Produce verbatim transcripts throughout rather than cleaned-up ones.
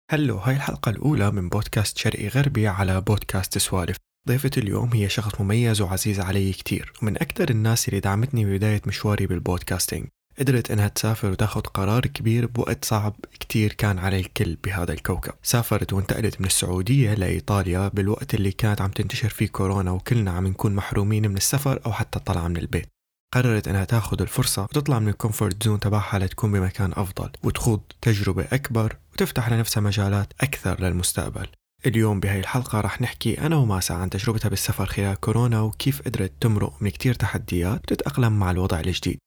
هلو، هاي الحلقة الأولى من بودكاست شرقي غربي على بودكاست سوالف. ضيفة اليوم هي شخص مميز وعزيز علي كتير، ومن أكثر الناس اللي دعمتني ببداية مشواري بالبودكاستينج. قدرت إنها تسافر وتاخد قرار كبير بوقت صعب كتير كان على الكل بهذا الكوكب. سافرت وانتقلت من السعودية لإيطاليا بالوقت اللي كانت عم تنتشر فيه كورونا وكلنا عم نكون محرومين من السفر أو حتى الطلعة من البيت. قررت إنها تاخد الفرصة وتطلع من الكومفورت زون تبعها لتكون بمكان أفضل وتخوض تجربة أكبر وتفتح لنفسها مجالات أكثر للمستقبل. اليوم بهاي الحلقة رح نحكي أنا وماسا عن تجربتها بالسفر خلال كورونا وكيف قدرت تمرق من كتير تحديات وتتأقلم مع الوضع الجديد.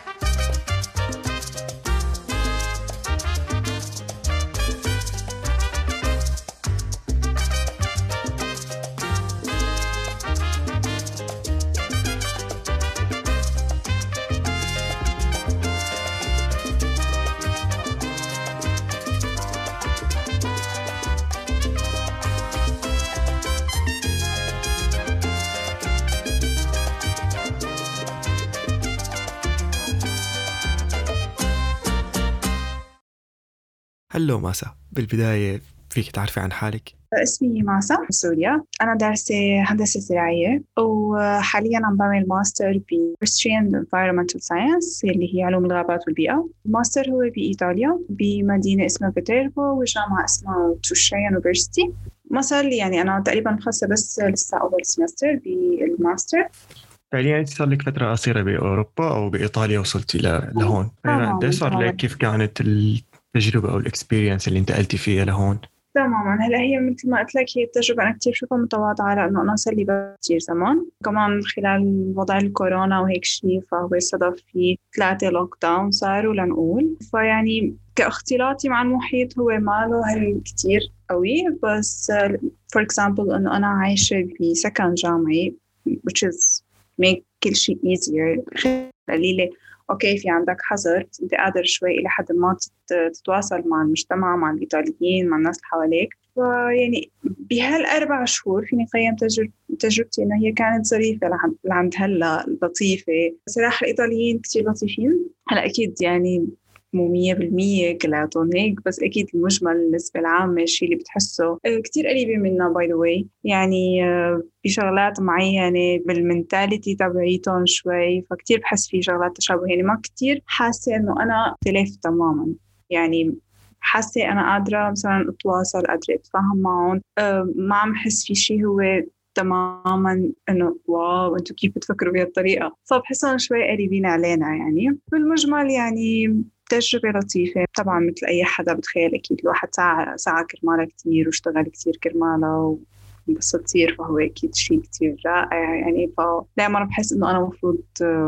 هلو ماسا، بالبداية فيك تعرفي عن حالك؟ اسمي ماسا من سوريا. أنا دارسة هندسة زراعية وحالياً عم بعمل ماستر ب Forestry and Environmental Science اللي هي علوم الغابات والبيئة. الماستر هو بإيطاليا بمدينة اسمها فيتيربو وجامعة اسمها توشيا يونيفرسيتي. ما صار لي يعني أنا تقريباً خلصت بس لسه أول سمستر بالماستر. فعليا أنت صار لك فترة قصيرة بأوروبا أو بإيطاليا وصلتي لهون. قديش صار لك؟ كيف كانت التجربة أو الإكسبيرينس اللي انتقلتي فيها لهون؟ تماما. هلا هي مثل ما قلت لك هي التجربة أنا كتير شوفها متواضعة لأنه أنا صار لي كتير زمان كمان خلال وضع الكورونا وهيك شيء، فهو صدف في ثلاثة لوك داون صاروا لنقول، فيعني كاختلاطي مع المحيط هو ماله هل كتير قوي. بس for example إنه أنا عايشة بسكن جامعي which is make كل شيء easier قليلة. أوكي في عندك حظر، أنت قادر شوي إلى حد ما تتواصل مع المجتمع مع الإيطاليين مع الناس اللي حواليك. فيعني بهالأربع شهور فيني قيم تجرب تجربتي إنه هي كانت ظريفة لعند هلا لطيفة. صراحة الإيطاليين كتير لطيفين. هلا أكيد يعني مو مية بالمية كلاتهم هيك، بس أكيد المجمل النسبة العامة الشيء اللي بتحسه كتير قريبة منا by the way. يعني بشغلات معينة بالمنتاليتي تبعيتهم شوي، فكتير بحس في شغلات تشابه. يعني ما كتير حاسة إنه أنا اختلف تماما، يعني حاسة أنا قادرة مثلا أتواصل قادرة أتفاهم معهم. ما عم حس في شيء هو تماما إنه واو أنتوا كيف بتفكروا بهالطريقة، فبحسهم شوي قريبين علينا. يعني بالمجمل يعني تجربة لطيفة. طبعا مثل أي حدا بتخيل أكيد الواحد ساعة ساعة كرمالها كتير واشتغل كتير كرمالها بس تصير، فهو أكيد شيء كتير رائع. يعني فدائما بحس إنه أنا مفروض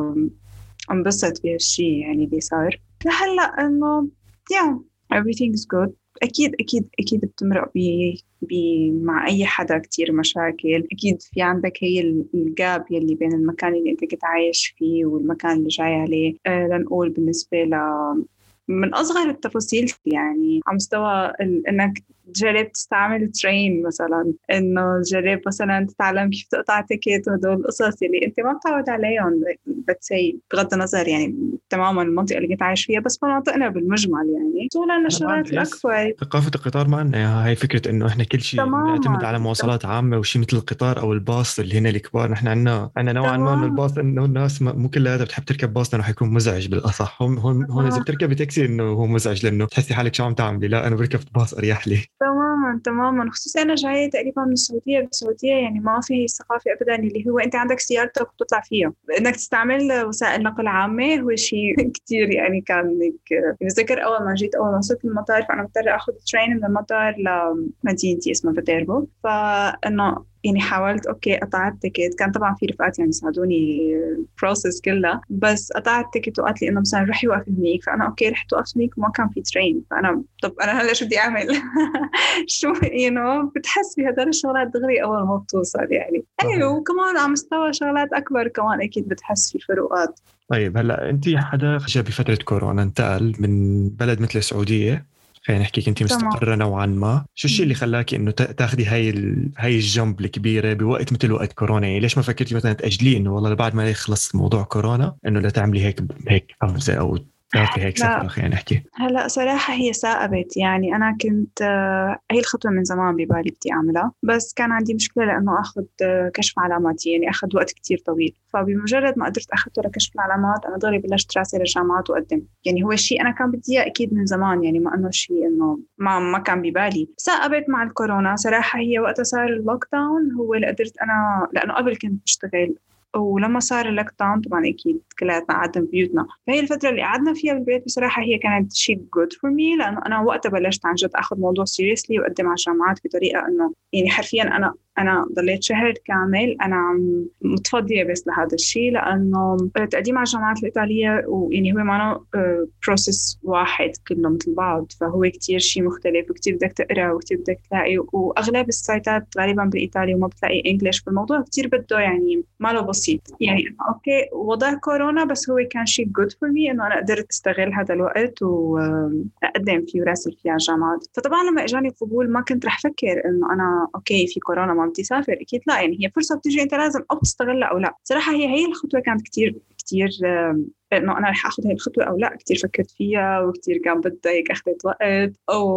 أنبسط بهالشيء يعني اللي صار لهلأ، إنه yeah everything is good. أكيد أكيد أكيد بتمرق ب ب مع أي حدا كتير مشاكل. أكيد في عندك هي الجاب يلي بين المكان اللي أنت كنت عايش فيه والمكان اللي جاي عليه. أه لنقول بالنسبة ل من أصغر التفاصيل يعني على مستوى إنك تجرب تستعمل ترين مثلا، إنه تجرب مثلا تتعلم كيف تقطع تيكت وهدول القصص اللي أنت ما بتعود عليهم بتسي بغض النظر يعني تماما المنطقة اللي كنت عايش فيها، بس مناطقنا بالمجمل يعني طولنا الشغلات الأكبر. ثقافة القطار ما عندنا هاي فكرة إنه إحنا كل شيء نعتمد على مواصلات عامة وشيء مثل القطار أو الباص اللي هنا الكبار. نحن عندنا عندنا نوعا ما إنه الباص إنه الناس مو كلها بتحب تركب باص لأنه حيكون مزعج بالأصح. هون هون هون إذا بتركبي تاكسي إنه هو مزعج لأنه تحسي حالك شو عم تعملي. لا أنا بركب باص أريح لي. تماما تماما. خصوصا أنا جاية تقريبا من السعودية. بالسعودية يعني ما في هي الثقافة أبدا اللي هو أنت عندك سيارتك وتطلع فيها. إنك تستعمل وسائل نقل عامة هو شيء كتير يعني كان بذكر أول ما جيت أول ما وصلت المطار فأنا مضطرة أخذ ترين من المطار لمدينتي اسمها فيتيربو. فإنه يعني حاولت أوكي قطعت تيكت، كان طبعا في رفقات يعني ساعدوني البروسيس كلها، بس قطعت تيكت وقالت لي إنه مثلا رحي وقف هنيك. فأنا أوكي رحت وقفت هنيك وما كان في ترين. فأنا طب أنا هلا شو بدي أعمل؟ شو ينو بتحس بهذول الشغلات دغري أول ما بتوصل يعني. أيوة وكمان على مستوى شغلات أكبر كمان أكيد بتحس في فروقات. طيب هلا أنت حدا جاء بفترة كورونا انتقل من بلد مثل السعودية، خلينا نحكي كنتي مستقرة نوعا ما، شو الشيء اللي خلاكي إنه تاخدي هاي ال... هاي الجنب الكبيرة بوقت مثل وقت كورونا؟ يعني ليش ما فكرتي مثلا تأجلي إنه والله بعد ما يخلص موضوع كورونا إنه لا تعملي هيك هيك قفزة أو صار في هيك سفرة خلينا نحكي؟ هلا صراحة هي ثاقبت، يعني أنا كنت آه، هي الخطوة من زمان ببالي بدي أعملها، بس كان عندي مشكلة لأنه أخذ آه، كشف علامات، يعني أخذ وقت كتير طويل. فبمجرد ما قدرت أخذ ورا كشف العلامات أنا ضلي بلشت راسل الجامعات وقدم. يعني هو شيء أنا كان بدي إياه أكيد من زمان، يعني ما إنه شيء إنه ما ما كان ببالي. ثاقبت مع الكورونا صراحة، هي وقتها صار اللوك داون هو اللي قدرت أنا، لأنه قبل كنت بشتغل، ولما صار اللوك داون طبعا أكيد كلياتنا قعدنا ببيوتنا. فهي الفترة اللي قعدنا فيها بالبيت بصراحة هي كانت شيء good for me، لأنه أنا وقتها بلشت عن جد أخذ موضوع seriously وأقدم على الجامعات بطريقة إنه يعني حرفيا أنا أنا ضليت شهر كامل أنا عم متفضية بس لهذا الشيء، لأنه تقديم على الجامعات الإيطالية ويعني هو معنا بروسيس واحد كله مثل بعض، فهو كتير شيء مختلف وكتير بدك تقرأ وكتير بدك تلاقي، وأغلب السايتات غالبا بالإيطالي وما بتلاقي إنجليش، فالموضوع كتير بده يعني ما له بسيط. يعني أوكي وضع كورونا بس هو كان شيء good for me إنه أنا قدرت أستغل هذا الوقت وأقدم فيه وراسل فيه على الجامعات. فطبعا لما إجاني قبول ما كنت رح فكر إنه أنا أوكي في كورونا ما بدي سافر، أكيد لا، يعني هي فرصة بتيجي أنت لازم أو تستغلها أو لا. صراحة هي هي الخطوة كانت كتير كتير إنه أنا رح أخذ هاي الخطوة أو لا، كتير فكرت فيها وكتير كان بدها هيك أخذت وقت،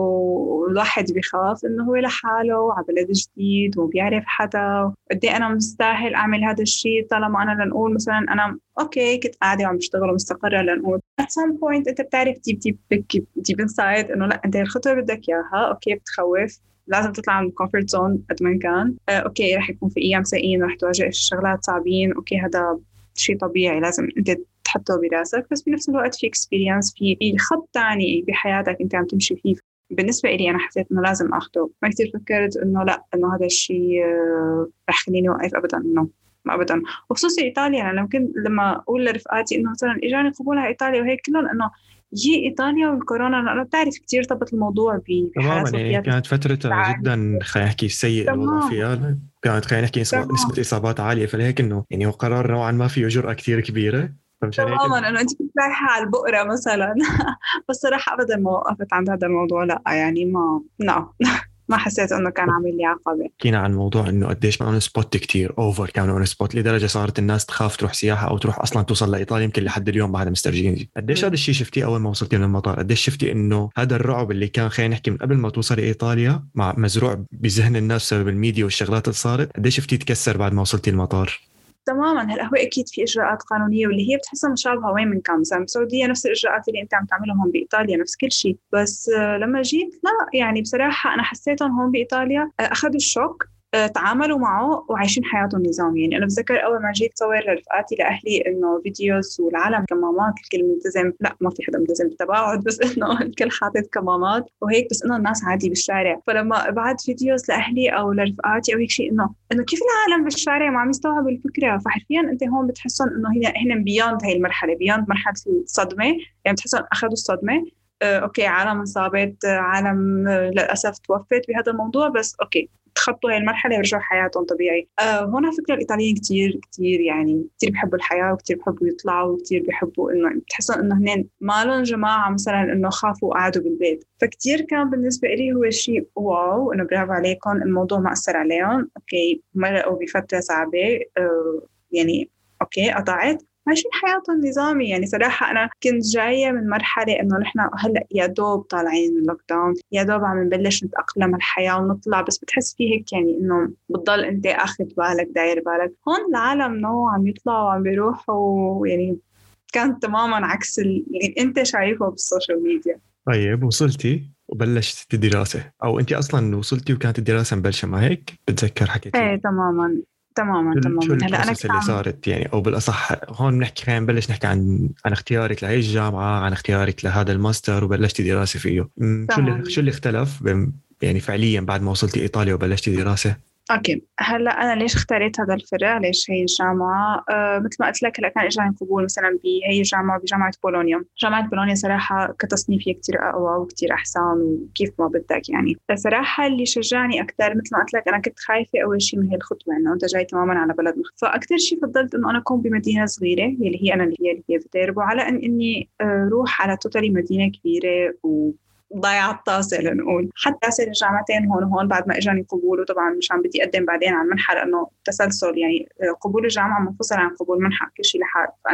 أو الواحد بيخاف إنه هو لحاله على بلد جديد وبيعرف حدا قد إيه أنا مستاهل أعمل هذا الشيء، طالما أنا لنقول مثلا أنا أوكي كنت قاعدة وعم بشتغل ومستقرة، لنقول at some point أنت بتعرف deep deep deep inside إنه لا أنت الخطوة بدك إياها. أوكي بتخوف، لازم تطلع من الكومفورت زون قد ما كان. آه، أوكي رح يكون في أيام سيئين، رح تواجه شغلات صعبين، أوكي هذا شيء طبيعي لازم أنت تحطه براسك، بس بنفس الوقت في experience في في خط تاني بحياتك أنت عم تمشي فيه. بالنسبة إلي أنا حسيت إنه لازم أخده، ما كتير فكرت إنه لا إنه هذا الشيء آه، رح خليني وقف أبدا، إنه ما أبدا. وخصوصي إيطاليا أنا ممكن لما أقول لرفقاتي إنه مثلا إجاني قبول على إيطاليا وهيك كلهم إنه يجي إيطاليا والكورونا، لأنه بتعرف كتير طبط الموضوع تماما، بحالات يعني وفيات كانت فترتها جدا خلينا نحكي سيء الوضع تمام فيها، كانت خلينا نحكي نسبة تمام إصابات عالية، فلهيك إنه يعني هو قرار نوعا ما فيه جرأة كتير كبيرة، فمشان هيك تماما انه انت كنت رايحه على البقره مثلا. بس صراحه ابدا ما وقفت عند هذا الموضوع، لا يعني ما لا ما حسيت انه كان عامل لي عقبه. حكينا عن موضوع انه قديش ما اون سبوت كتير اوفر، كانوا اون سبوت لدرجه صارت الناس تخاف تروح سياحه او تروح اصلا توصل لايطاليا، يمكن لحد اليوم بعد مسترجعين. قديش هذا الشيء شفتيه اول ما وصلتي من المطار؟ قديش شفتي انه هذا الرعب اللي كان خلينا نحكي من قبل ما توصلي ايطاليا مع مزروع بذهن الناس بسبب الميديا والشغلات اللي صارت، قديش شفتيه تكسر بعد ما وصلتي المطار؟ تماما. هلا هو اكيد في اجراءات قانونيه واللي هي بتحسها مشابهه وين من كان، مثلا بالسعوديه نفس الاجراءات اللي انت عم تعملهم هون بايطاليا، نفس كل شيء. بس آه، لما جيت لا يعني بصراحه انا حسيتهم هون بايطاليا آه، اخذوا الشوك، آه، تعاملوا معه وعايشين حياتهم نظام. يعني انا بتذكر اول ما جيت صور لرفقاتي لاهلي انه فيديوز والعالم كمامات، الكل ملتزم، لا ما في حدا ملتزم بالتباعد، بس انه الكل حاطط كمامات وهيك، بس انه الناس عادي بالشارع. فلما بعد فيديوز لاهلي او لرفقاتي او هيك شيء انه انه كيف العالم بالشارع ما عم يستوعبوا الفكره. فحرفيا انت هون بتحسن انه هنا هنا بياند هاي المرحله، بياند مرحله الصدمه، يعني بتحسن اخذوا الصدمه. آه، اوكي عالم انصابت، آه، عالم آه، للاسف توفت بهذا الموضوع، بس اوكي تخطوا هاي المرحلة ورجعوا حياتهم طبيعي. آه هون فكرة الإيطاليين كتير كتير يعني كتير بيحبوا الحياة وكتير بيحبوا يطلعوا وكتير بيحبوا إنه بتحسوا إنه هنين ما لهم جماعة مثلا إنه خافوا وقعدوا بالبيت. فكتير كان بالنسبة لي هو شيء واو، إنه برافو عليكم، الموضوع ما أثر عليهم. أوكي مرقوا بفترة صعبة، آه يعني أوكي قطعت عايشين حياتهم نظامي. يعني صراحة أنا كنت جاية من مرحلة إنه نحن هلأ يا دوب طالعين من اللوك داون، يا دوب عم نبلش نتأقلم الحياة ونطلع، بس بتحس فيه هيك يعني إنه بتضل أنت أخذ بالك داير بالك. هون العالم نو عم يطلعوا وعم بيروحوا، يعني كان تماما عكس اللي أنت شايفه بالسوشيال ميديا. طيب وصلتي وبلشت الدراسة، أو أنت أصلا وصلتي وكانت الدراسة مبلشة، ما هيك بتذكر حكيتي إيه لي؟ تماما تماما شو شو تماما. هلا أنا البروسيس كنت اللي عم صارت يعني، او بالاصح هون بنحكي، خلينا نبلش نحكي عن عن اختيارك لهي الجامعه، عن اختيارك لهذا الماستر وبلشتي دراسه فيه. أمم، شو اللي شو تمام. اللي اختلف بين- يعني فعليا بعد ما وصلتي ايطاليا وبلشتي دراسه؟ اوكي هلا انا ليش اختاريت هذا الفرع، ليش هي الجامعه؟ آه مثل ما قلت لك هلا كان اجاني قبول مثلا بهي الجامعه بجامعه بولونيا. جامعه بولونيا صراحه كتصنيف هي كثير اقوى وكثير احسن وكيف ما بدك. يعني صراحه اللي شجعني اكثر مثل ما قلت لك انا كنت خايفه اول شيء من هي الخطوه انه انت جاي تماما على بلد مختلف، فاكثر شيء فضلت انه انا اكون بمدينه صغيره اللي هي انا اللي هي اللي هي فيتيربو، على ان اني آه، روح على توتالي مدينه كبيره و ضيع الطاسة لنقول. حتى أسأل الجامعتين هون وهون بعد ما إجاني قبول، وطبعا مش عم بدي أقدم بعدين على المنحة لأنه تسلسل، يعني قبول الجامعة منفصل عن قبول منحة، كل شيء لحال. فأنا لما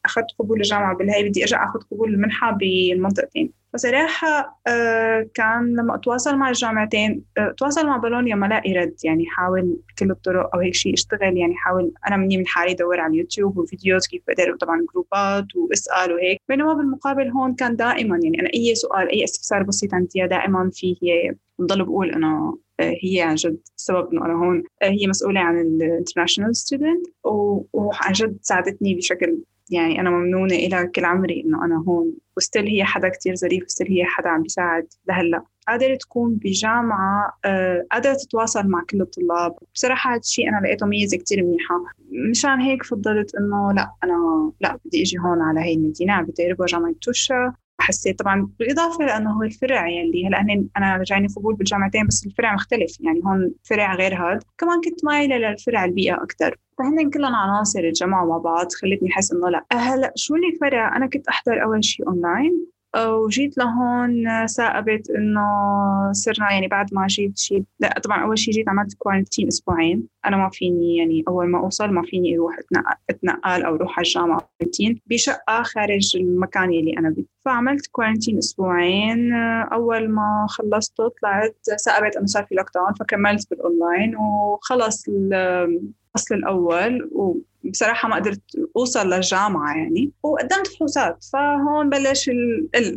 أخذت قبول الجامعة بالهاي بدي أرجع أخذ قبول المنحة بالمنطقتين. فصراحة آه كان لما أتواصل مع الجامعتين آه أتواصل مع بولونيا ما لاقي رد، يعني حاول بكل الطرق أو هيك شيء اشتغل، يعني حاول أنا مني من حالي دور على اليوتيوب وفيديوز كيف بقدر، طبعا جروبات واسأل وهيك. بينما بالمقابل هون كان دائما يعني أنا أي سؤال أي استفسار بسيط عندي دائما فيه هي بضل بقول أنا هي عن جد السبب إنه أنا هون هي مسؤولة عن ال international student، وعن جد ساعدتني بشكل يعني أنا ممنونة إلى كل عمري إنه أنا هون، وستيل هي حدا كتير ظريف، وستيل هي حدا عم بيساعد لهلا. قادرة تكون بجامعة قادرة تتواصل مع كل الطلاب. بصراحة هذا الشيء أنا لقيته ميزة كتير منيحة، مشان هيك فضلت إنه لا أنا لا بدي أجي هون على هاي المدينة على بتيربو جامعة توشا. حسيت طبعا بالإضافة لأنه هو الفرع يعني هلأ أنا رجعني قبول بالجامعتين بس الفرع مختلف، يعني هون فرع غير هذا، كمان كنت مايلة للفرع البيئة أكتر. فهن كلهم عناصر الجامعة مع بعض خلتني أحس إنه لا هلأ شو اللي فرع. أنا كنت أحضر أول شيء أونلاين وجيت لهون ثاقبت إنه صرنا يعني بعد ما جيت شيء لا طبعا أول شيء جيت عملت كوارنتين أسبوعين. أنا ما فيني يعني أول ما أوصل ما فيني أروح أتنقل أو أروح على الجامعة كوارنتين بشقة خارج المكان اللي أنا بيه. فعملت كوارنتين أسبوعين. أول ما خلصت طلعت ثاقبت إنه صار في لوك داون فكملت بالأونلاين وخلص الفصل الأول، وبصراحة ما قدرت أوصل للجامعة يعني وقدمت فحوصات. فهون بلش ال ال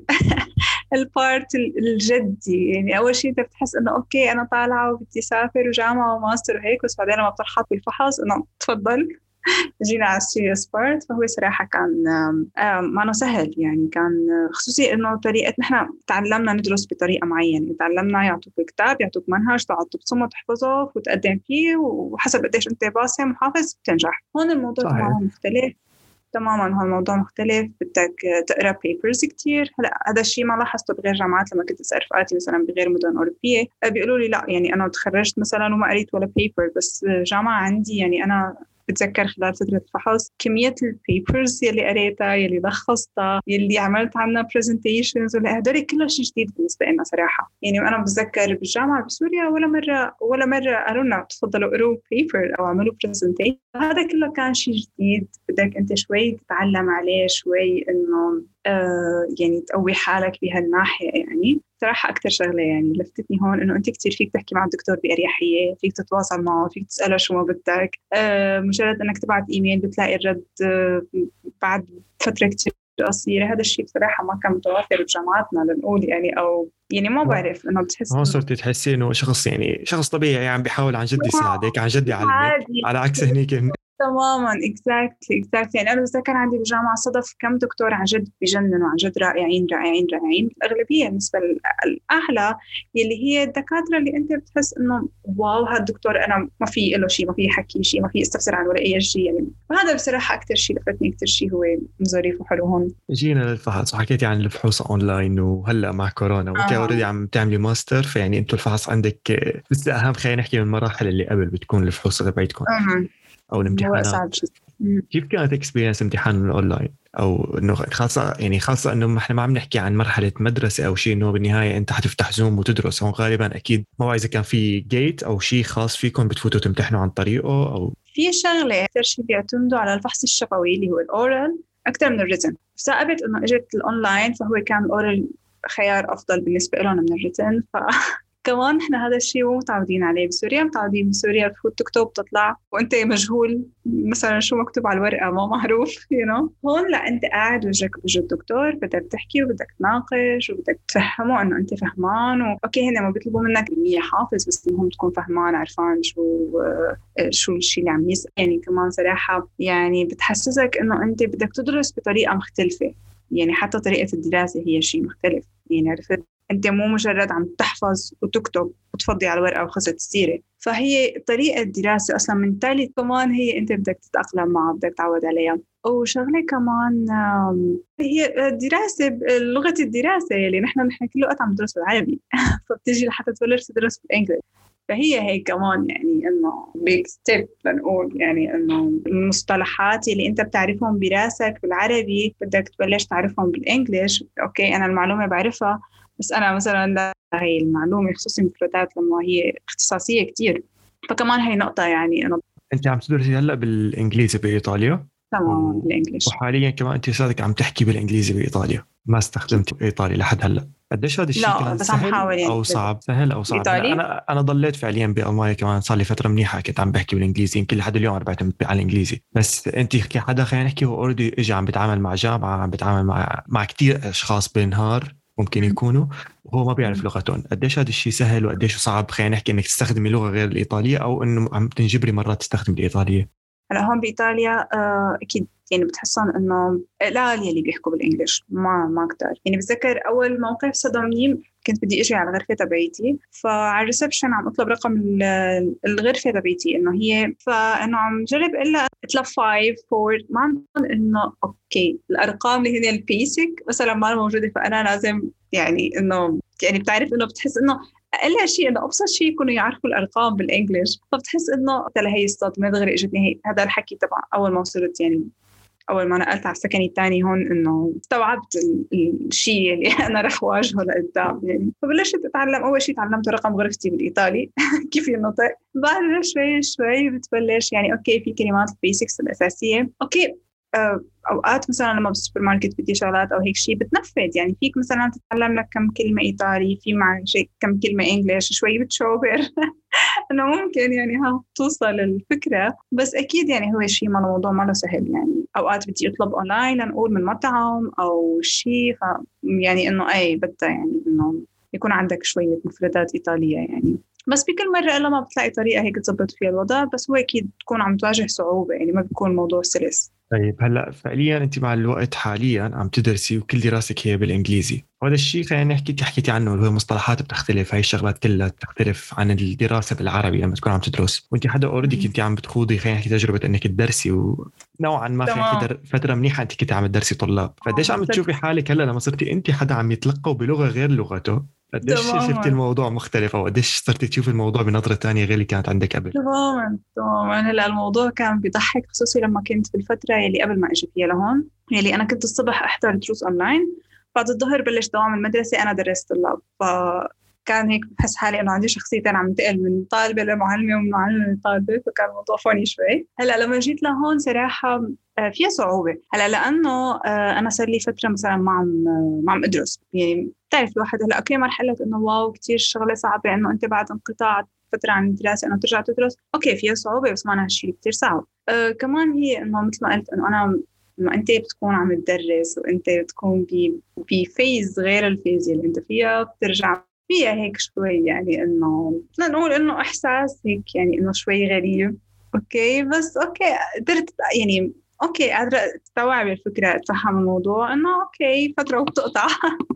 البارت الجدي، يعني أول شيء أنت بتحس إنه أوكي أنا طالعة وبدي سافر وجامعة وماستر وهيك، بس بعدين لما بترحط بالفحص إنه تفضل جينا على السيريس بارت. فهو صراحة كان ما سهل يعني، كان خصوصي إنه طريقة نحن تعلمنا ندرس بطريقة معينة، تعلمنا يعطوك كتاب يعطوك منهج تقعد تبصمه تحفظه وتقدم فيه وحسب قديش أنت باسم وحافظ بتنجح. هون الموضوع تماما مختلف تماما، هون الموضوع مختلف، بدك تقرأ papers كتير. هلا هذا الشيء ما لاحظته بغير جامعات، لما كنت أسأل رفقاتي مثلا بغير مدن أوروبية بيقولوا لي لا يعني أنا تخرجت مثلا وما قريت ولا paper، بس جامعة عندي يعني أنا بتذكر خلال فترة الفحص كمية البيبرز يلي قريتها يلي لخصتها يلي عملت عنها presentations ولا هدول كله شيء جديد بالنسبة لنا صراحة. يعني أنا بتذكر بالجامعة بسوريا ولا مرة ولا مرة قالوا لنا تفضلوا قروا paper أو عملوا presentation. هذا كله كان شيء جديد، بدك أنت شوي تتعلم عليه شوي إنه آه يعني تقوي حالك بهالناحية. يعني صراحة أكتر شغلة يعني لفتتني هون إنه أنت كتير فيك تحكي مع الدكتور بأريحية، فيك تتواصل معه، فيك تسأله شو ما بدك. آه مجرد إنك تبعت إيميل بتلاقي الرد آه بعد فترة كتير قصيرة. هذا الشيء بصراحة ما كان متوافر بجامعاتنا لنقول يعني، أو يعني ما بعرف إنه بتحس هون صرت تحسي إنه شخص يعني شخص طبيعي يعني بيحاول عن جد يساعدك عن جد يعلمك، على عكس هنيك تماما exactly exactly. يعني أنا بس كان عندي بالجامعة صدف كم دكتور عن جد بيجننوا عن جد رائعين رائعين رائعين. الأغلبية بالنسبة الأعلى يلي هي الدكاترة اللي أنت بتحس إنه واو هذا الدكتور أنا ما في له شيء، ما في يحكي شيء، ما في يستفسر عن ولا أي شيء يعني. وهذا بصراحة أكتر شيء لفتني كتير شيء هو ظريف وحلو هون. جينا للفحص وحكيتي عن الفحوص أونلاين وهلأ مع كورونا وأنت آه. أوريدي عم تعملي ماستر، فيعني أنتوا الفحص عندك بس أهم خلينا نحكي من المراحل اللي قبل بتكون الفحوص تبعتكم آه. أو الامتحانات. كيف كانت اكسبيرينس امتحان الاونلاين او انه خاصه يعني خاصه انه احنا ما عم نحكي عن مرحله مدرسه او شيء انه بالنهايه انت حتفتح زوم وتدرس، هون غالبا اكيد ما اذا كان في جيت او شيء خاص فيكم بتفوتوا تمتحنوا عن طريقه او في شغله اكثر شيء بيعتمدوا على الفحص الشفوي اللي هو الاورال اكثر من الريتن. ثاقبت انه اجت الاونلاين فهو كان الاورال خيار افضل بالنسبه لهم من الريتن. ف كمان احنا هذا الشيء مو متعودين عليه بسوريا. متعودين بسوريا بتفوت تكتب تطلع وانت مجهول مثلا شو مكتوب على الورقه ما معروف you know. هون لا انت قاعد وجهك بوجه الدكتور، بدك تحكي وبدك تناقش وبدك تفهمه انه انت فهمان و... اوكي هنا ما بيطلبوا منك مية حافظ بس المهم تكون فهمان عرفان شو شو الشيء اللي عم يسأل. يعني كمان صراحه يعني بتحسسك انه انت بدك تدرس بطريقه مختلفه، يعني حتى طريقه الدراسه هي شيء مختلف. يعني عرفت أنت مو مجرد عم تحفظ وتكتب وتفضي على الورقة وخلصت السيرة. فهي طريقة الدراسة أصلا من تالي كمان هي أنت بدك تتأقلم معها، بدك تعود عليها. وشغلة كمان هي الدراسة لغة الدراسة اللي نحن نحن كله وقت عم ندرس بالعربي فبتجي لحتى تبلش تدرس بالإنجليزي. فهي هي كمان يعني إنه big step لنقول يعني إنه المصطلحات اللي أنت بتعرفهم براسك بالعربي بدك تبلش تعرفهم بالإنجليش. أوكي أنا المعلومة بعرفها بس أنا مثلا لا هي المعلومة خصوصي المفردات لما هي اختصاصية كتير. فكمان هي نقطة يعني أنا أنت عم تدرسي هلأ بالإنجليزي بإيطاليا؟ تمام بالإنجليش. وحاليا كمان أنت صادق عم تحكي بالإنجليزي بإيطاليا، ما استخدمت إيطالي لحد هلا. قديش هذا الشيء كان بس عم سهل حاول يعني أو صعب؟ سهل أو صعب؟ إيطالي. أنا أنا ضليت فعليا بألمانيا كمان صار لي فترة منيحة كنت عم بحكي بالإنجليزي، يمكن لحد اليوم أنا بعتمد على الإنجليزي. بس أنت كحدا خلينا نحكي هو أوردي إجا عم بتعامل مع جامعة، عم بتعامل مع مع كتير أشخاص بالنهار ممكن يكونوا وهو ما بيعرف لغتهم. قديش هذا الشيء سهل وقديش صعب خلينا نحكي إنك تستخدمي لغة غير الإيطالية أو إنه عم تنجبري مرات تستخدم الإيطالية؟ هلا هون بإيطاليا آه أكيد يعني بتحسن إنه قلال يلي بيحكوا بالإنجليش، ما ما كتار. يعني بتذكر أول موقف صدمني كنت بدي أجي على الغرفة تبعيتي، فعلى الريسبشن عم أطلب رقم الغرفة تبعيتي إنه هي، فإنه عم جرب إلا ثلاثة خمسة أربعة ما عم إنه أوكي الأرقام اللي هي البيسك مثلا ما موجودة، فأنا لازم يعني إنه يعني بتعرف إنه بتحس إنه أقل شيء إنه أبسط شيء يكونوا يعرفوا الأرقام بالإنجليش، فبتحس إنه تلا هي الصدمة دغري إجتني هي هذا الحكي تبع أول ما وصلت يعني أول ما نقلت على السكن الثاني هون، إنه استوعبت الشيء اللي أنا رح واجهه لقدام يعني. فبلشت أتعلم، أول شيء تعلمت رقم غرفتي بالإيطالي كيف ينطق، بعدها شوي شوي بتبلش يعني أوكي في كلمات البيسكس الأساسية أوكي. أه أوقات مثلا لما بالسوبر ماركت بدي شغلات أو هيك شيء بتنفذ، يعني فيك مثلا تتعلم لك كم كلمة إيطالي في مع شيء كم كلمة إنجليش شوي بتشوبر إنه ممكن يعني ها توصل الفكرة. بس أكيد يعني هو شيء ما الموضوع ما له سهل، يعني أوقات بدي أطلب أونلاين لنقول من مطعم أو شيء، ف يعني إنه أي بدها يعني إنه يكون عندك شوية مفردات إيطالية يعني. بس بكل مرة إلا ما بتلاقي طريقة هيك تزبط فيها الوضع، بس هو أكيد تكون عم تواجه صعوبة يعني ما بيكون الموضوع سلس. طيب هلا فعليا انت مع الوقت حاليا عم تدرسي وكل دراستك هي بالانجليزي، وهذا الشيء خلينا نحكي حكيتي عنه اللي هو مصطلحات بتختلف، هاي الشغلات كلها بتختلف عن الدراسه بالعربي لما تكون عم تدرس، وانت حدا اوريدي كنتي عم بتخوضي خلينا نحكي تجربه انك تدرسي ونوعا ما خلينا نحكي در... فتره منيحه انت كنتي عم تدرسي طلاب، فقديش عم تشوفي حالك هلا لما صرتي انت حدا عم يتلقوا بلغه غير لغته؟ قديش شفتي الموضوع مختلف او قديش صرتي تشوفي الموضوع بنظره ثانيه غير اللي كانت عندك قبل؟ تماما تماما. هلا الموضوع كان بيضحك خصوصي لما كنت بالفتره اللي قبل ما اجي فيها لهون، يلي انا كنت الصبح احضر دروس اونلاين، بعد الظهر بلش دوام المدرسه انا درست طلاب، فكان هيك بحس حالي انه عندي شخصيتين عم انتقل من طالبه لمعلمه ومن معلمه لطالبه، فكان الموضوع فوني شوي. هلا لما جيت لهون صراحه فيها صعوبه، هلا لانه انا صار لي فتره مثلا ما عم ما عم ادرس، يعني بتعرف الواحد هلا اوكي مرحله انه واو كتير شغله صعبه انه انت بعد انقطاع فتره عن الدراسه انه ترجع تدرس، اوكي فيها صعوبه بس ما هالشيء كتير صعب. أه كمان هي انه مثل ما قلت انه انا انه انت بتكون عم تدرس وانت بتكون بفيز غير الفيز اللي انت فيها، بترجع فيها هيك شوي يعني انه بدنا نقول انه احساس هيك يعني انه شوي غريب. اوكي بس اوكي قدرت يعني اوكي قادرة استوعب الفكرة، اتفهم الموضوع انه اوكي فترة وبتقطع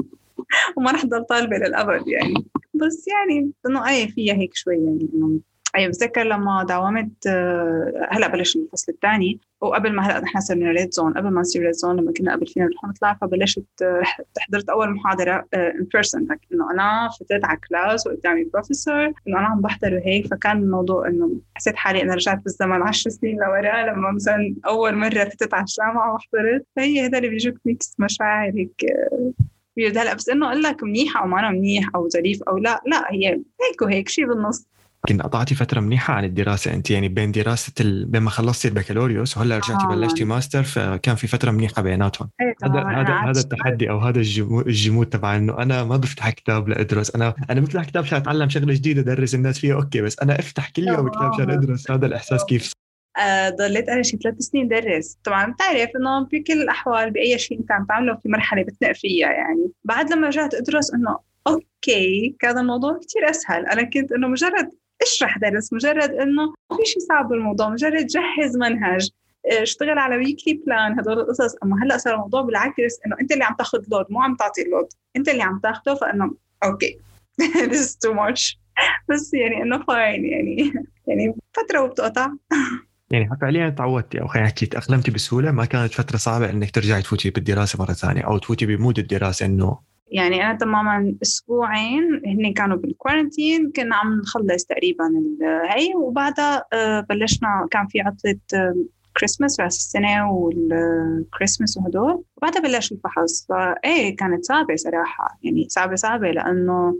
وما رح ضل طالبة للأبد يعني. بس يعني انه اي فيها هيك شوي يعني انه اي بتذكر لما داومت هلا بلش الفصل الثاني، وقبل ما هلا نحن صرنا ريد زون، قبل ما نصير ريد زون لما كنا قبل فينا نروح نطلع، فبلشت حضرت اول محاضره ان بيرسون، انه انا فتت على كلاس وقدامي بروفيسور انه انا عم بحضر وهيك، فكان الموضوع انه حسيت حالي انا رجعت بالزمن عشر سنين لورا لما مثلا اول مره فتت على الجامعه وحضرت. فهي هذا اللي بيجيك ميكس مشاعر هيك ويرد. هلا بس انه اقول لك منيحه او ما أنا منيح او ظريف او لا لا، هي هيك وهيك شيء بالنص. كنت قطعتي فترة منيحة عن الدراسة أنت، يعني بين دراسة ال... بين ما خلصتي البكالوريوس وهلا رجعتي آه. بلشتي ماستر، فكان في فترة منيحة بيناتهم. هذا هذا هذا التحدي أو هذا الجمود, الجمود تبع إنه أنا ما بفتح كتاب لأدرس، أنا أنا بفتح كتاب عشان أتعلم شغلة جديدة أدرس الناس فيها أوكي، بس أنا أفتح كل يوم كتاب عشان أدرس، هذا الإحساس كيف؟ آه ضليت أنا شي ثلاث سنين درس. طبعا بتعرف إنه بكل الأحوال بأي شيء أنت عم تعمله في مرحلة بتنق فيها يعني. بعد لما رجعت أدرس إنه أوكي كان الموضوع كتير أسهل، أنا كنت إنه مجرد اشرح درس، مجرد انه ما في شيء صعب بالموضوع، مجرد جهز منهج، اشتغل على ويكلي بلان، هدول القصص. اما هلا صار الموضوع بالعكس، انه انت اللي عم تاخذ لود مو عم تعطي اللود، انت اللي عم تاخده، فانه اوكي this is too much. بس يعني انه فاين يعني يعني فتره وبتقطع. يعني فعليا تعودتي او خلينا نحكي تأقلمتي بسهوله، ما كانت فتره صعبه انك ترجعي تفوتي بالدراسه مره ثانيه او تفوتي بمود الدراسه انه يعني أنا تماماً أسبوعين هن كانوا بالكوارنتين، كنا عم نخلص تقريباً هاي، وبعدها بلشنا كان في عطلة كريسماس رأس السنة والكريسماس وهدول، وبعدها بلش الفحص. فإيه كانت صعبة صراحة، يعني صعبة صعبة لأنه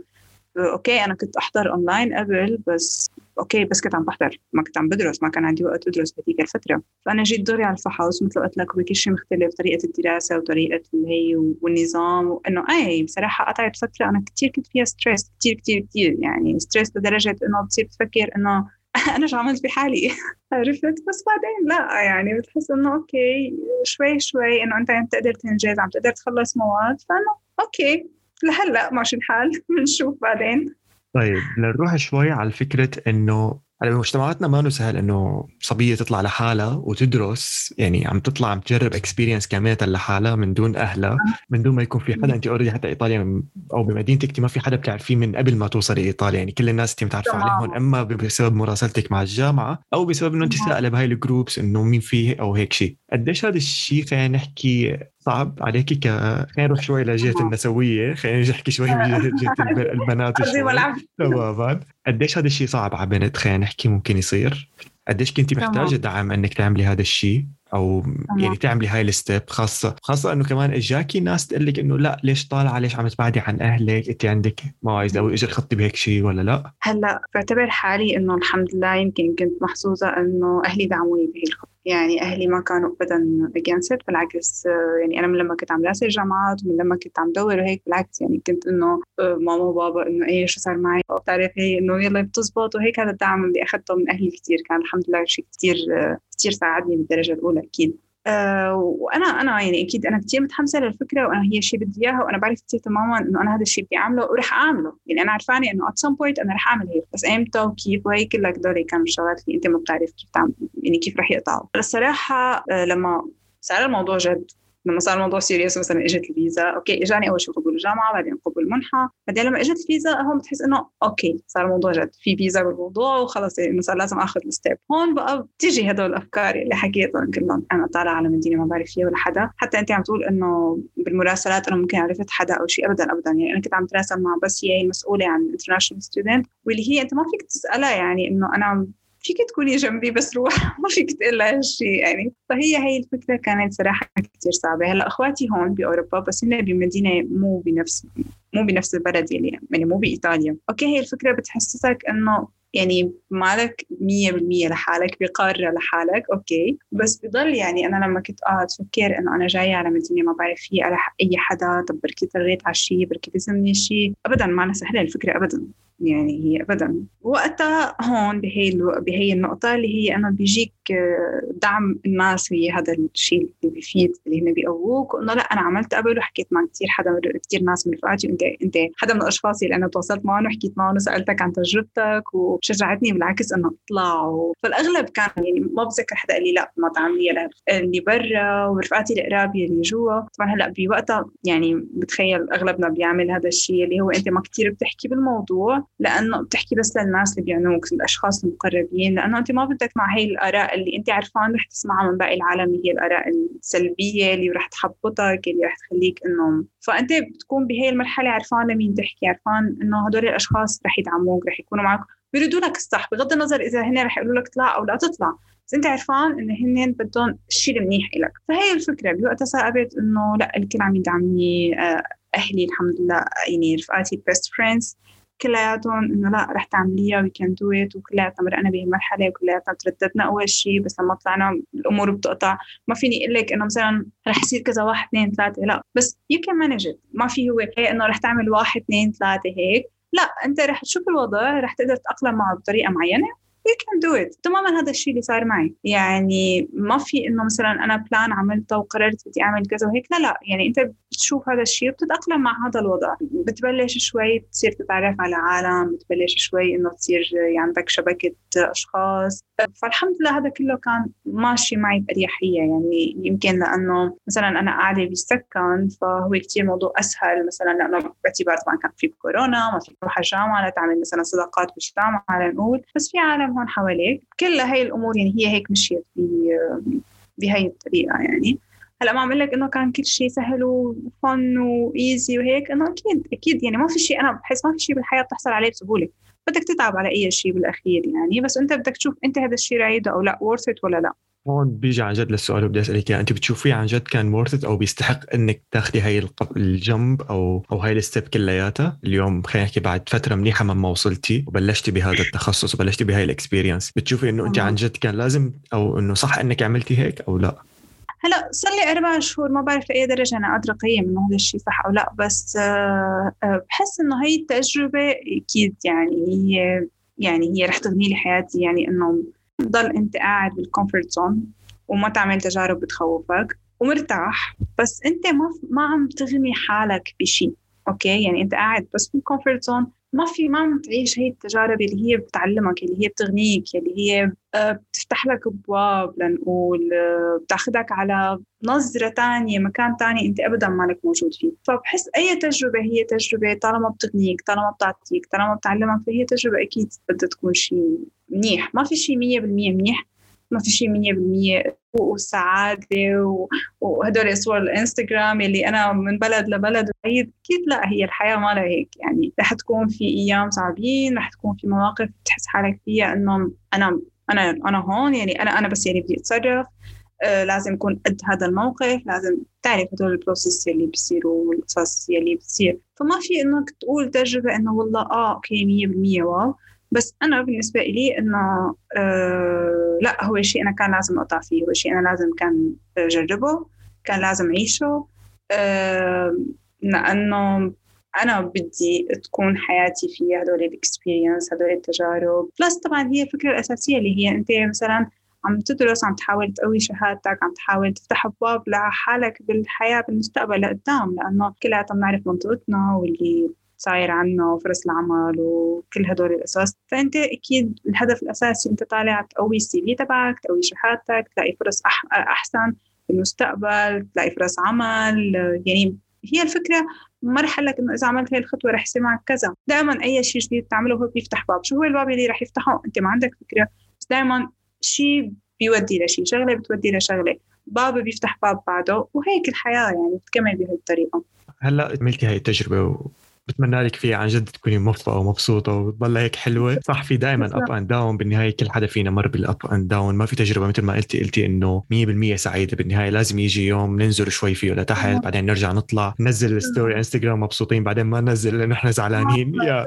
أوكي أنا كنت أحضر أونلاين قبل، بس أوكي بس كنت عم بحضر، ما كنت عم بدرس، ما كان عندي وقت أدرس بهذيك الفترة. فأنا جيت دوري على الفحص مثل قلت لك، وكل شيء مختلف، طريقة الدراسة وطريقة اللي هي والنظام، وإنه أي بصراحة قطعت فترة أنا كتير كنت فيها ستريس، كتير كتير كتير يعني ستريس لدرجة إنه بتصير تفكر إنه أنا شو عملت بحالي. عرفت؟ بس بعدين لا يعني بتحس إنه أوكي شوي شوي إنه أنت عم تقدر تنجز، عم تقدر تخلص مواد، فإنه أوكي لهلأ ماشي الحال. بنشوف بعدين. طيب نروح شوي على فكرة إنه على مجتمعاتنا ما نسهل إنه صبية تطلع لحالها وتدرس، يعني عم تطلع عم تجرب experience كاملة لحالها من دون أهلها، من دون ما يكون في حدا. أنت أوريدي حتى إيطاليا أو بمدينتك ما في حدا بتعرفيه من قبل ما توصلي إيطاليا، يعني كل الناس أنت متعرفة عليهم إما بسبب مراسلتك مع الجامعة أو بسبب إنه أنت سائلة بهاي الجروبس إنه مين فيه أو هيك شيء. قديش هذا الشيء خلينا نحكي صعب عليكي؟ ك خلينا نروح شوي لجهة النسوية، خلينا نحكي شوي من جهة البنات شوي. تماما. قديش هذا الشيء صعب على بنت خلينا نحكي ممكن يصير؟ قديش كنتي محتاجة دعم انك تعملي هذا الشيء او يعني تعملي هاي الستيب، خاصة خاصة انه كمان اجاكي ناس تقلك انه لا ليش طالعة، ليش عم تبعدي عن اهلك، انت عندك مواعيد او اجر خطي بهيك شيء ولا لا؟ هلا بعتبر حالي انه الحمد لله يمكن كنت محظوظة انه اهلي دعموني بهي الخطة، يعني اهلي ما كانوا ابدا against it، بالعكس. يعني انا من لما كنت عم راسل جامعات ومن لما كنت عم دور وهيك بالعكس، يعني كنت انه ماما وبابا انه ايه شو صار معي بتعرف هي انه يلا بتزبط وهيك. هذا الدعم اللي اخذته من اهلي كتير كان الحمد لله شيء كتير كتير ساعدني بالدرجة الاولى اكيد. أه وانا انا يعني اكيد انا كتير متحمسه للفكره، وانا هي شيء بدي اياها، وانا بعرف كتير تماما انه انا هذا الشيء بدي اعمله ورح اعمله. يعني انا عارفاني انه at some point انا رح اعمل هيك، بس امتى وكيف وهي كلها هدول كانوا الشغلات اللي انت ما بتعرف كيف تعمل، يعني كيف رح يقطعوا. الصراحه أه لما صار الموضوع جد، لما صار الموضوع سيريس، مثلا اجت الفيزا، اوكي اجاني اول شيء قبول الجامعه، بعدين قبول منحه، بعدين لما اجت الفيزا هون بتحس انه اوكي صار الموضوع جد، في فيزا بالموضوع وخلص، يعني صار لازم اخذ الستيب. هون بقى بتيجي هدول الافكار اللي حكيتهم كلهم، انا طالعه على مدينه ما بعرف فيها ولا حدا. حتى انت عم تقول انه بالمراسلات انا ممكن عرفت حدا او شيء، ابدا ابدا. يعني انا كنت عم تراسل مع بس هي المسؤوله عن انترناشونال ستودنت، واللي هي انت ما فيك تسالها يعني انه انا فيك تكوني جنبي بس روح، ما فيك تقول لها هالشيء يعني. فهي هي الفكرة كانت صراحة كتير صعبة. هلا أخواتي هون بأوروبا، بس هنا بمدينة مو بنفس مو بنفس البلد، يعني يعني مو بإيطاليا. أوكي هي الفكرة بتحسسك إنه يعني مالك مية بالمية لحالك بقارة لحالك، أوكي، بس بضل يعني أنا لما كنت قاعد أفكر إنه أنا جاية على مدينة ما بعرف فيها على أي حدا، طب بركي طريت على شيء، بركي لازمني شيء، أبدا ما أنا سهلة الفكرة أبدا، يعني هي أبدا. وقتها هون بهي الو... بهي النقطة اللي هي أنا بيجيك دعم الناس، هي هذا الشيء اللي بيفيد، اللي هن بيقووك، وإنه لا أنا عملت قبل وحكيت مع كتير حدا، كتير ناس من رفقاتي، وأنت أنت حدا من الأشخاص اللي أنا تواصلت معهم وحكيت معهم وسألتك عن تجربتك وشجعتني بالعكس إنه أطلع. و... فالأغلب كان يعني ما بذكر حدا قال لي لا ما تعملي، اللي برا ورفقاتي القرابية اللي جوا. طبعا هلا بوقتها يعني بتخيل أغلبنا بيعمل هذا الشيء اللي هو أنت ما كتير بتحكي بالموضوع، لأنه بتحكي بس للناس اللي بيعنوك، الأشخاص المقربين، لأنه أنت ما بدك مع هاي الآراء اللي أنت عارفان رح تسمعها من باقي العالم، هي الآراء السلبية اللي رح تحبطك، اللي رح تخليك إنه، فأنت بتكون بهاي المرحلة عارفان لمين تحكي، عارفان إنه هدول الأشخاص رح يدعموك، رح يكونوا معك، بيردوا لك الصح بغض النظر إذا هن رح يقولوا لك طلع أو لا تطلع، بس أنت عارفان إن هن بدهم الشيء المنيح إلك. فهي الفكرة بوقتها ثابت إنه لا الكل عم يدعمني، أهلي الحمد لله، يعني رفقاتي best friends كلياتهم إنه لا رح تعمليها we can do it، وكلياتنا مرقنا بهي المرحلة وكلياتنا ترددنا أول شيء، بس لما طلعنا الأمور بتقطع. ما فيني أقول لك إنه مثلا رح يصير كذا واحد اثنين ثلاثة، لا، بس you can manage it. ما في هو هي إنه رح تعمل واحد اثنين ثلاثة هيك، لا، أنت رح تشوف الوضع، رح تقدر تتأقلم معه بطريقة معينة you can do it. تماما هذا الشيء اللي صار معي، يعني ما في إنه مثلا أنا بلان عملته وقررت بدي أعمل كذا وهيك، لا لا، يعني أنت بتشوف هذا الشيء وبتتأقلم مع هذا الوضع، بتبلش شوي تصير تتعرف على عالم، بتبلش شوي إنه تصير عندك شبكة أشخاص. فالحمد لله هذا كله كان ماشي معي بأريحية، يعني يمكن لأنه مثلا أنا قاعدة بالسكن فهو كتير موضوع أسهل، مثلا لأنه باعتبار طبعا كان في كورونا، ما في تروح الجامعة لتعمل مثلا صداقات بالجامعة لنقول، بس في عالم هون حواليك، كل هاي الأمور يعني هي هيك مشيت بهاي الطريقة. يعني هلا ما عم لك إنه كان كل شيء سهل وفن وإيزي وهيك، إنه أكيد أكيد يعني ما في شيء، أنا بحس ما في شيء بالحياة بتحصل عليه بسهولة، بدك تتعب على أي شيء بالأخير يعني، بس أنت بدك تشوف أنت هذا الشيء رايده أو لا، worth it ولا لا. هون بيجي عن جد للسؤال وبدي أسألك، يعني أنت بتشوفيه عن جد كان مورثت أو بيستحق إنك تاخدي هاي الق- الجنب أو أو هاي الستيب كلياتها اليوم؟ خلينا نحكي بعد فترة منيحة من ما وصلتي وبلشتي بهذا التخصص وبلشتي بهاي الإكسبيرينس، بتشوفي إنه أنت عن جد كان لازم أو إنه صح إنك عملتي هيك أو لا؟ هلا صار لي أربع شهور، ما بعرف لأي درجة أنا قادرة أقيم إنه هذا الشيء صح أو لا، بس آه، آه، بحس إنه هي التجربة أكيد يعني هي يعني هي رح تغني لي حياتي، يعني إنه ضل أنت قاعد بالكومفورت زون وما تعمل تجارب بتخوفك ومرتاح، بس أنت ما ما عم تغني حالك بشيء. أوكي، يعني أنت قاعد بس بالكومفورت زون، ما في ما عم تعيش هي التجارب اللي هي بتعلمك، اللي هي بتغنيك، اللي هي آه، بتفتح لك أبواب، لنقول آه، بتاخدك على نظرة تانية، مكان تاني أنت أبدا مالك موجود فيه. فبحس أي تجربة هي تجربة طالما بتغنيك، طالما بتعطيك، طالما بتعلمك، فهي تجربة أكيد بدها تكون شيء منيح. ما في شيء مية بالمية منيح، ما في شيء مية بالمية والسعادة و... وهدول صور الانستغرام اللي أنا من بلد لبلد بعيد، أكيد لا، هي الحياة ما لها هيك. يعني رح تكون في أيام صعبين، رح تكون في مواقف تحس حالك فيها إنه أنا أنا أنا هون، يعني أنا أنا بس يعني بدي أتصرف، آه لازم أكون قد هذا الموقف، لازم تعرف هدول البروسيس اللي بيصيروا والقصص اللي بتصير. فما في إنك تقول تجربة إنه والله آه أوكي مية بالمية واو. بس أنا بالنسبة إلي إنه آه لا، هو شيء أنا كان لازم أقطع فيه، هو شيء أنا لازم كان أجربه، كان لازم أعيشه، آه لأنه أنا بدي تكون حياتي فيها هدول الإكسبيرينس، هدول التجارب. بلس طبعا هي الفكرة الأساسية اللي هي أنت مثلا عم تدرس، عم تحاول تقوي شهادتك، عم تحاول تفتح أبواب لحالك بالحياة بالمستقبل لقدام، لأنه كلها نعرف منطقتنا واللي صاير عنا وفرص العمل وكل هدول الأساس. فأنت أكيد الهدف الأساسي أنت طالع تقوي السي في تبعك، تقوي شهادتك، تلاقي فرص أح أحسن بالمستقبل، تلاقي فرص عمل. يعني هي الفكرة ما رح لك إنه إذا عملت هاي الخطوة رح يصير معك كذا. دائما أي شيء جديد تعمله هو بيفتح باب. شو هو الباب اللي رح يفتحه؟ أنت ما عندك فكرة، بس دائما شيء بيودي لشيء، شغلة بتودي لشغلة، باب بيفتح باب بعده، وهيك الحياة يعني بتكمل بهذه الطريقة. هلا عملتي هاي التجربة بتمنى لك فيها عن جد تكوني موفقة ومبسوطة وتضل هيك حلوة. صح في دائما اب اند داون بالنهاية، كل حدا فينا مر بالاب اند داون، ما في تجربة مثل ما قلتي قلتي انه مية بالمية سعيدة بالنهاية. لازم يجي يوم ننزل شوي فيه لتحت، بعدين نرجع نطلع ننزل الستوري انستغرام مبسوطين، بعدين ما ننزل لانه احنا زعلانين. يا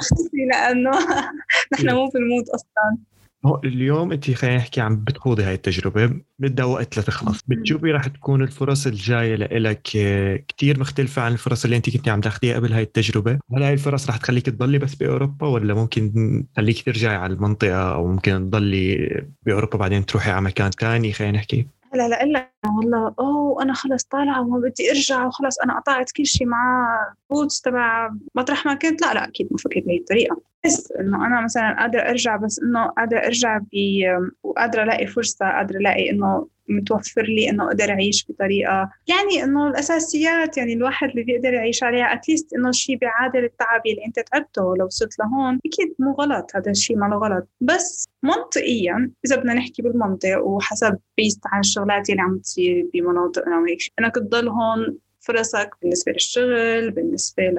لأنه نحن مو في المود أصلا. هو اليوم انت خلينا نحكي عم بتخوضي هاي التجربة، بدها وقت لتخلص، بتشوفي راح تكون الفرص الجاية لإلك كتير مختلفة عن الفرص اللي انت كنتي عم تاخديها قبل هاي التجربة؟ هل هاي الفرص راح تخليك تضلي بس بأوروبا، ولا ممكن تخليك ترجعي على المنطقة، أو ممكن تضلي بأوروبا بعدين تروحي على مكان تاني؟ خلينا نحكي لا لا إلا والله أوه أنا خلص طالعة وما بدي أرجع وخلص أنا قطعت كل شيء مع بوتس تبع مطرح ما كنت. لا لا أكيد ما فكرت بهي الطريقة، بس إنه أنا مثلا قادرة أرجع، بس إنه قادرة أرجع ب وقادرة ألاقي فرصة، قادرة ألاقي إنه متوفر لي إنه أقدر أعيش بطريقة، يعني إنه الأساسيات يعني الواحد اللي بيقدر يعيش عليها أتليست، إنه الشيء بيعادل التعب اللي أنت تعبته لو وصلت لهون. أكيد مو غلط، هذا الشيء ما له غلط، بس منطقيا إذا بدنا نحكي بالمنطق وحسب بيست عن الشغلات اللي عم تصير بمناطقنا وهيك، إنك تضل هون فرصك بالنسبة للشغل، بالنسبة ل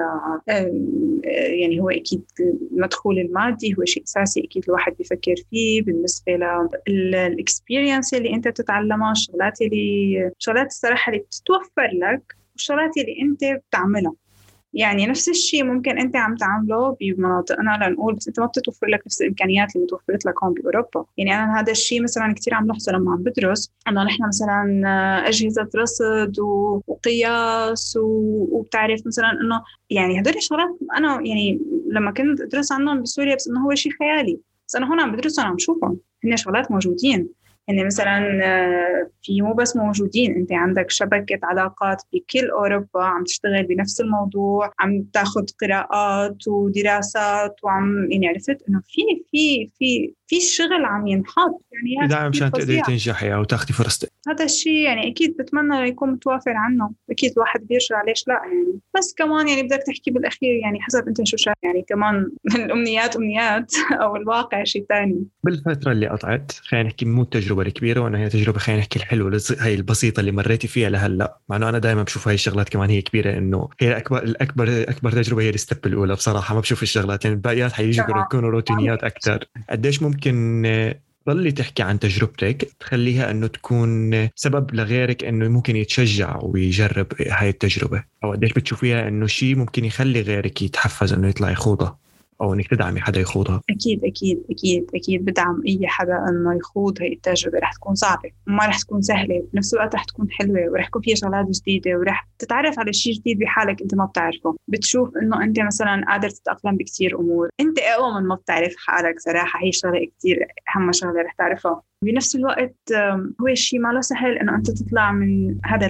يعني هو أكيد المدخول المادي هو شيء أساسي أكيد الواحد بيفكر فيه، بالنسبة للإكسبيرينس اللي أنت بتتعلمها، الشغلات اللي شغلات الصراحة اللي بتتوفر لك والشغلات اللي أنت بتعملها. يعني نفس الشيء ممكن أنت عم تعمله بمناطقنا لنقول، بس أنت ما بتتوفر لك نفس الإمكانيات اللي متوفرت لك هون بأوروبا. يعني أنا هذا الشيء مثلا كتير عم لاحظه لما عم بدرس، أنه نحن مثلا أجهزة رصد وقياس وبتعرف مثلا إنه يعني هدول الشغلات أنا يعني لما كنت أدرس عنهم بسوريا، بس إنه هو شيء خيالي، بس أنا هون عم بدرس وأنا عم شوفهم هن شغلات موجودين. يعني مثلا في مو بس موجودين، انت عندك شبكة علاقات بكل أوروبا عم تشتغل بنفس الموضوع، عم تاخد قراءات ودراسات، وعم يعني عرفت انه في في في في شغل عم ينحط يعني دائما مشان تقدري تنجحي او تاخدي فرصتك. هذا الشيء يعني اكيد بتمنى يكون متوافر عنه، اكيد الواحد بيرجع، ليش لا يعني. بس كمان يعني بدك تحكي بالاخير يعني حسب انت شو شايف، يعني كمان الامنيات امنيات او الواقع شيء ثاني. بالفتره اللي قطعت خلينا نحكي مو التجربه الكبيره، وانا هي تجربه خلينا نحكي الحلوه هي البسيطه اللي مريتي فيها لهلا، مع انه انا دائما بشوف هاي الشغلات كمان هي كبيره، انه هي الاكبر الاكبر اكبر تجربه هي الستيب الاولى بصراحه. ما بشوف الشغلات يعني الباقيات حيجي يكونوا روتينيات اكثر. قديش ممكن ضلي تحكي عن تجربتك، تخليها انه تكون سبب لغيرك انه ممكن يتشجع ويجرب هاي التجربة، او قديش بتشوفيها انه شيء ممكن يخلي غيرك يتحفز انه يطلع يخوضها، او انك تدعمي حدا يخوضها. أكيد أكيد أكيد أكيد بدعم أي حدا إنه يخوض هاي التجربة. رح تكون صعبة وما رح تكون سهلة، بنفس الوقت رح تكون حلوة ورح يكون فيها شغلات جديدة، ورح تتعرف على شيء جديد بحالك أنت ما بتعرفه. بتشوف إنه أنت مثلا قادر تتأقلم بكتير أمور، أنت أقوى من ما بتعرف حالك صراحة. هي شغلة كتير أهم شغلة رح تعرفها. بنفس الوقت هو الشيء ما له سهل إنه أنت تطلع من هذا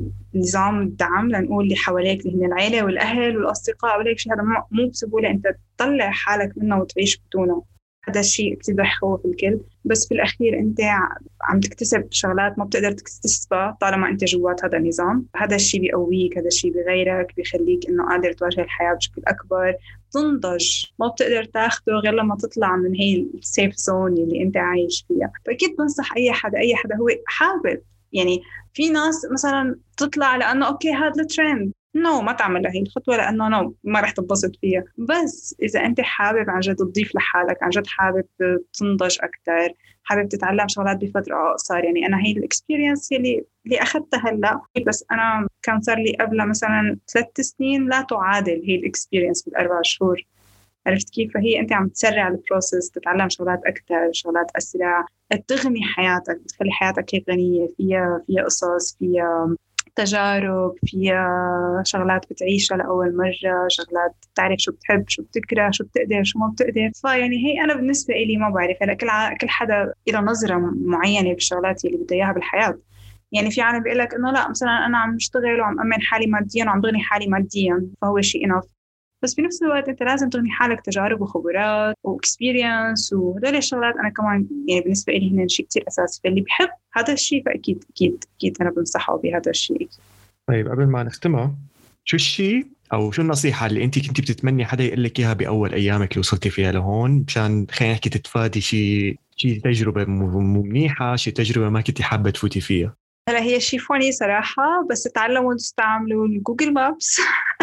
النظام الدعم، لنقول اللي حواليك اللي هن العائلة والأهل والأصدقاء ولا شيء. هذا مو بسهولة أنت تطلع حالك منه وتعيش بدونه. هذا الشيء كتير بيخوف الكل، بس في الأخير أنت عم تكتسب شغلات ما بتقدر تكتسبها طالما أنت جوات هذا النظام. هذا الشيء بيقويك، هذا الشيء بغيرك، بيخليك إنه قادر تواجه الحياة بشكل أكبر، تنضج. ما بتقدر تاخده غير لما تطلع من هي السيف زون اللي أنت عايش فيها. فأكيد بنصح أي حدا أي حدا هو حابب. يعني في ناس مثلا تطلع لأنه أوكي هذا الترند، نو no, ما تعمل هاي الخطوة لأنه نو no, ما رح تتبسط فيها. بس إذا أنت حابب عن جد تضيف لحالك، عن جد حابب تنضج أكتر، حابب تتعلم شغلات بفترة أقصر. يعني أنا هي الإكسبيرينس اللي اللي أخذتها هلا، بس أنا كان صار لي قبل مثلا ثلاث سنين لا تعادل هي الإكسبيرينس بالأربع شهور. عرفت كيف؟ فهي أنت عم تسرع البروسيس، تتعلم شغلات أكتر، شغلات أسرع، تغني حياتك، تخلي حياتك هيك غنية، فيها فيها قصص، فيها تجارب، فيها شغلات بتعيشها لأول مرة، شغلات تعرف شو بتحب شو بتكره شو بتقدر شو ما بتقدر. فيعني هي أنا بالنسبة إلي ما بعرف، هلا كل ع... كل حدا له نظرة معينة بالشغلات اللي بده إياها بالحياة. يعني في عالم بيقول لك إنه لا مثلا أنا عم بشتغل وعم أمن حالي ماديا وعم بغني حالي ماديا فهو شيء إناف. بس بنفس الوقت أنت لازم تغني حالك تجارب وخبرات وإكسبيرينس وهذول الشغلات. أنا كمان يعني بالنسبة لي هن شيء كتير أساسي، فاللي بحب هذا الشيء فأكيد أكيد أكيد أنا بنصحه بهذا الشيء. طيب قبل ما نختمها، شو الشيء أو شو النصيحة اللي أنت كنتي بتتمني حدا يقول لك إياها بأول أيامك اللي وصلتي فيها لهون، مشان خلينا نحكي تتفادي شيء شيء تجربة مو منيحة، شيء تجربة ما كنتي حابة تفوتي فيها؟ هلا هي شيء فوني صراحة، بس تعلموا تستعملوا الجوجل مابس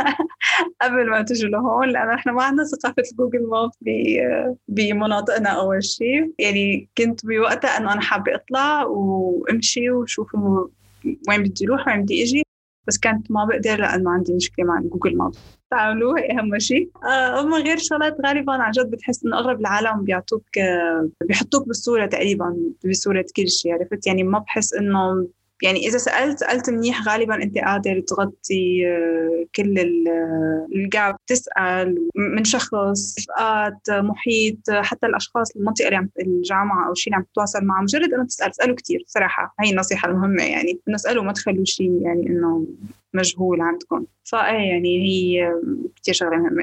قبل ما تجوا لهون، لأنه إحنا ما عندنا ثقافة الجوجل مابس بمناطقنا. أول شيء يعني كنت بوقتها أنه أنا حابة أطلع وأمشي وشوف وين بدي أروح وين بدي أجي، بس كانت ما بقدر لأنه عندي مشكلة مع جوجل مابس. تعملوه هي أهم شيء. أما غير شغلات غالبا عن جد بتحس إنه أغلب العالم بيعطوك بيحطوك بالصورة تقريبا بصورة كل شيء. عرفت يعني ما بحس إنه يعني إذا سألت سألت منيح غالباً أنت قادر تغطي كل الجاب. تسأل من شخص، رفقات، محيط، حتى الأشخاص المنطقة اللي عم الجامعة أو شيء اللي عم تتواصل معه، مجرد أنه تسأل تسألوا كتير صراحة. هاي النصيحة المهمة، يعني إنه اسألوا ما تخلوا شيء يعني إنه مجهول عندكم. فأي يعني هي كتير شغلة مهمة.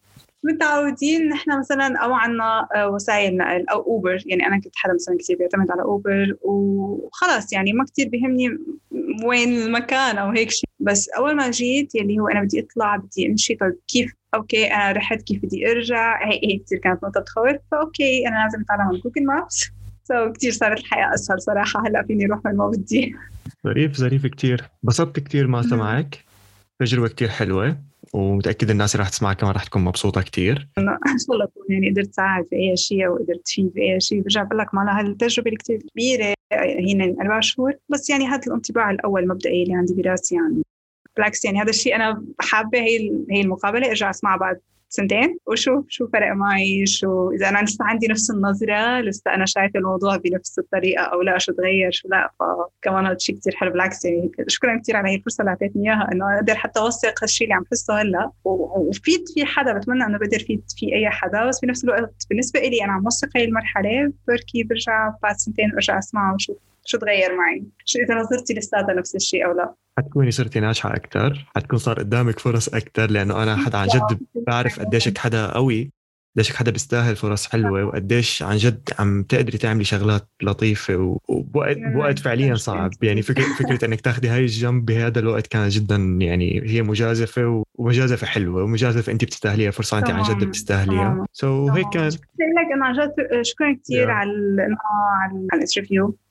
متعودين نحن مثلا أو عنا وسائل نقل أو أوبر. يعني أنا كنت حدا مثلا كتير بيعتمد على أوبر وخلاص، يعني ما كتير بيهمني وين المكان أو هيك شيء. بس أول ما جيت يلي هو أنا بدي أطلع بدي أمشي، طيب كيف أوكي أنا رحت كيف بدي أرجع، هي هي كتير كانت نقطة تخوف. فأوكي أنا لازم أتعلم على جوجل مابس. سو كتير صارت الحياة أسهل صراحة. هلأ فيني أروح من ما بدي. ظريف ظريف كتير. بسطت كتير ما سمعك، تجربة كتير حلوة، ومتأكد الناس اللي راح تسمعها كمان راح تكون مبسوطة كتير. أنا إن شاء الله أكون يعني قدرت ساعد في أي شيء أو قدرت فيه في أي شيء. برجع بقول لك معنا هالتجربة كتير كبيرة هي أربع شهور، بس يعني هذا الانطباع الأول مبدئي اللي عندي براسي. يعني بالعكس يعني هذا الشيء أنا حابة هي هي المقابلة أرجع أسمع بعد سنتين وشوف شو فرق معي، شو إذا أنا لسه عندي نفس النظرة، لسه أنا شايفة الموضوع بنفس الطريقة أو لا، شو تغير شو لا. فكمان هذا الشيء كتير حلو. بالعكس يعني شكرا كتير على هي الفرصة اللي أعطيتني إياها إنه أقدر حتى أوثق هالشيء اللي عم حسه هلا وفيد في حدا. بتمنى إنه بقدر فيد في أي حدا، بس بنفس الوقت بالنسبة إلي أنا عم وثق هاي المرحلة، بركي برجع بعد سنتين أرجع أسمعه وشوف شو تغير معي، شو إذا نظرتي لساتها نفس الشيء أو لا. حتكوني صرتي ناجحة أكتر، حتكون صار قدامك فرص أكتر، لأنه أنا حدا عن جد بعرف قديشك حدا قوي، قديشك حدا بيستاهل فرص حلوة، وقديش عن جد عم تقدري تعملي شغلات لطيفة وبوقت بوقت فعليا صعب. يعني فكرة فكرة إنك تاخدي هاي الجنب بهذا الوقت كانت جدا يعني هي مجازفة، ومجازفة حلوة، ومجازفة أنت بتستاهليها، فرصة أنت عن جد بتستاهليها. سو so هيك كانت. لك أنا عن جد شكرا كتير على على الانترفيو.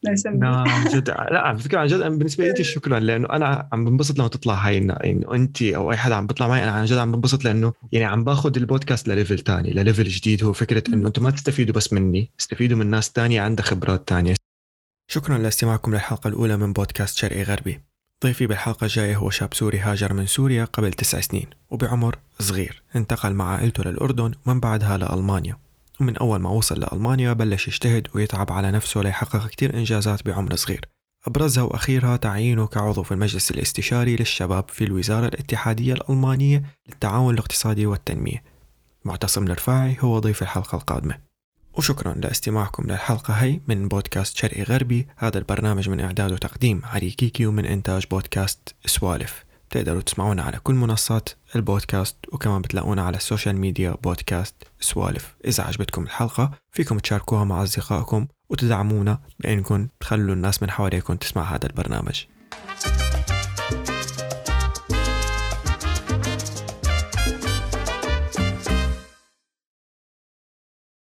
نعم جد. لا عم فكرة عن جد بالنسبة لي شكرا، لأنه أنا عم بنبسط لما تطلع هاي إنه أنت أو أي حدا عم بيطلع معي، أنا عن جد عم بنبسط لأنه يعني عم باخد البودكاست لليفل تاني، لليفل جديد. هو فكرة إنه أنتم ما تستفيدوا بس مني، استفيدوا من ناس تانية عندها خبرات تانية. شكرا لاستماعكم للحلقة الأولى من بودكاست شرقي غربي. ضيفي بالحلقة الجاية هو شاب سوري هاجر من سوريا قبل تسع سنين وبعمر صغير، انتقل مع عائلته للأردن ومن بعدها لألمانيا. ومن أول ما وصل لألمانيا بلش يجتهد ويتعب على نفسه ليحقق كتير إنجازات بعمر صغير، أبرزها وأخيرها تعيينه كعضو في المجلس الاستشاري للشباب في الوزارة الاتحادية الألمانية للتعاون الاقتصادي والتنمية. معتصم الرفاعي هو ضيف الحلقة القادمة. وشكرا لاستماعكم للحلقة هي من بودكاست شرقي غربي. هذا البرنامج من إعداد وتقديم علي كيكي ومن إنتاج بودكاست سوالف. تقدروا تسمعونا على كل منصات البودكاست، وكمان بتلاقونا على السوشيال ميديا بودكاست سوالف. إذا عجبتكم الحلقة فيكم تشاركوها مع أصدقائكم وتدعمونا بأنكم تخلوا الناس من حواليكم تسمع هذا البرنامج.